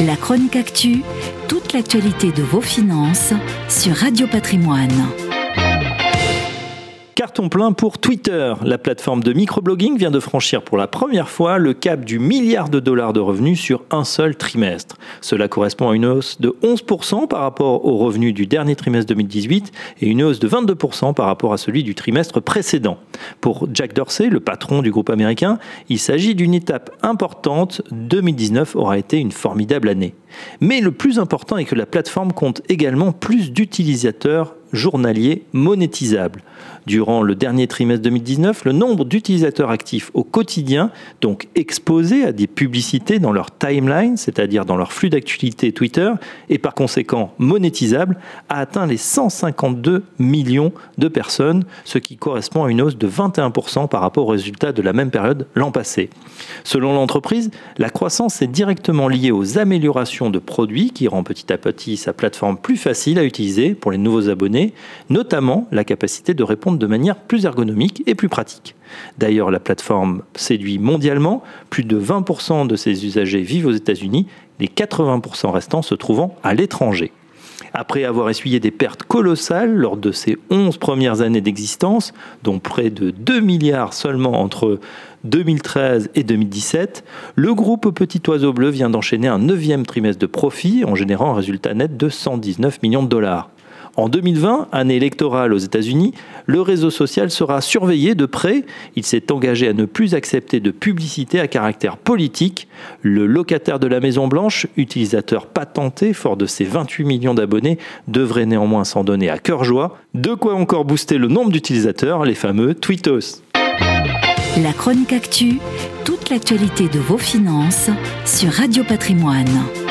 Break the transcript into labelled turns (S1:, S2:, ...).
S1: La chronique actu, toute l'actualité de vos finances sur Radio Patrimoine.
S2: Carton plein pour Twitter. La plateforme de microblogging vient de franchir pour la première fois le cap du $1 milliard de revenus sur un seul trimestre. Cela correspond à une hausse de 11% par rapport aux revenus du dernier trimestre 2018 et une hausse de 22% par rapport à celui du trimestre précédent. Pour Jack Dorsey, le patron du groupe américain, il s'agit d'une étape importante. 2019 aura été une formidable année. Mais le plus important est que la plateforme compte également plus d'utilisateurs journaliers monétisables. Durant le dernier trimestre 2019, le nombre d'utilisateurs actifs au quotidien, donc exposés à des publicités dans leur timeline, c'est-à-dire dans leur flux d'actualité Twitter, et par conséquent monétisables, a atteint les 152 millions de personnes, ce qui correspond à une hausse de 21% par rapport aux résultats de la même période l'an passé. Selon l'entreprise, la croissance est directement liée aux améliorations de produits qui rend petit à petit sa plateforme plus facile à utiliser pour les nouveaux abonnés, notamment la capacité de répondre de manière plus ergonomique et plus pratique. D'ailleurs, la plateforme séduit mondialement, plus de 20% de ses usagers vivent aux États-Unis, les 80% restants se trouvant à l'étranger. Après avoir essuyé des pertes colossales lors de ses 11 premières années d'existence, dont près de 2 milliards seulement entre 2013 et 2017, le groupe Petit Oiseau Bleu vient d'enchaîner un 9e trimestre de profit en générant un résultat net de $119 millions. En 2020, année électorale aux États-Unis, le réseau social sera surveillé de près. Il s'est engagé à ne plus accepter de publicité à caractère politique. Le locataire de la Maison-Blanche, utilisateur patenté fort de ses 28 millions d'abonnés, devrait néanmoins s'en donner à cœur joie. De quoi encore booster le nombre d'utilisateurs, les fameux tweetos.
S1: La chronique actu, toute l'actualité de vos finances sur Radio Patrimoine.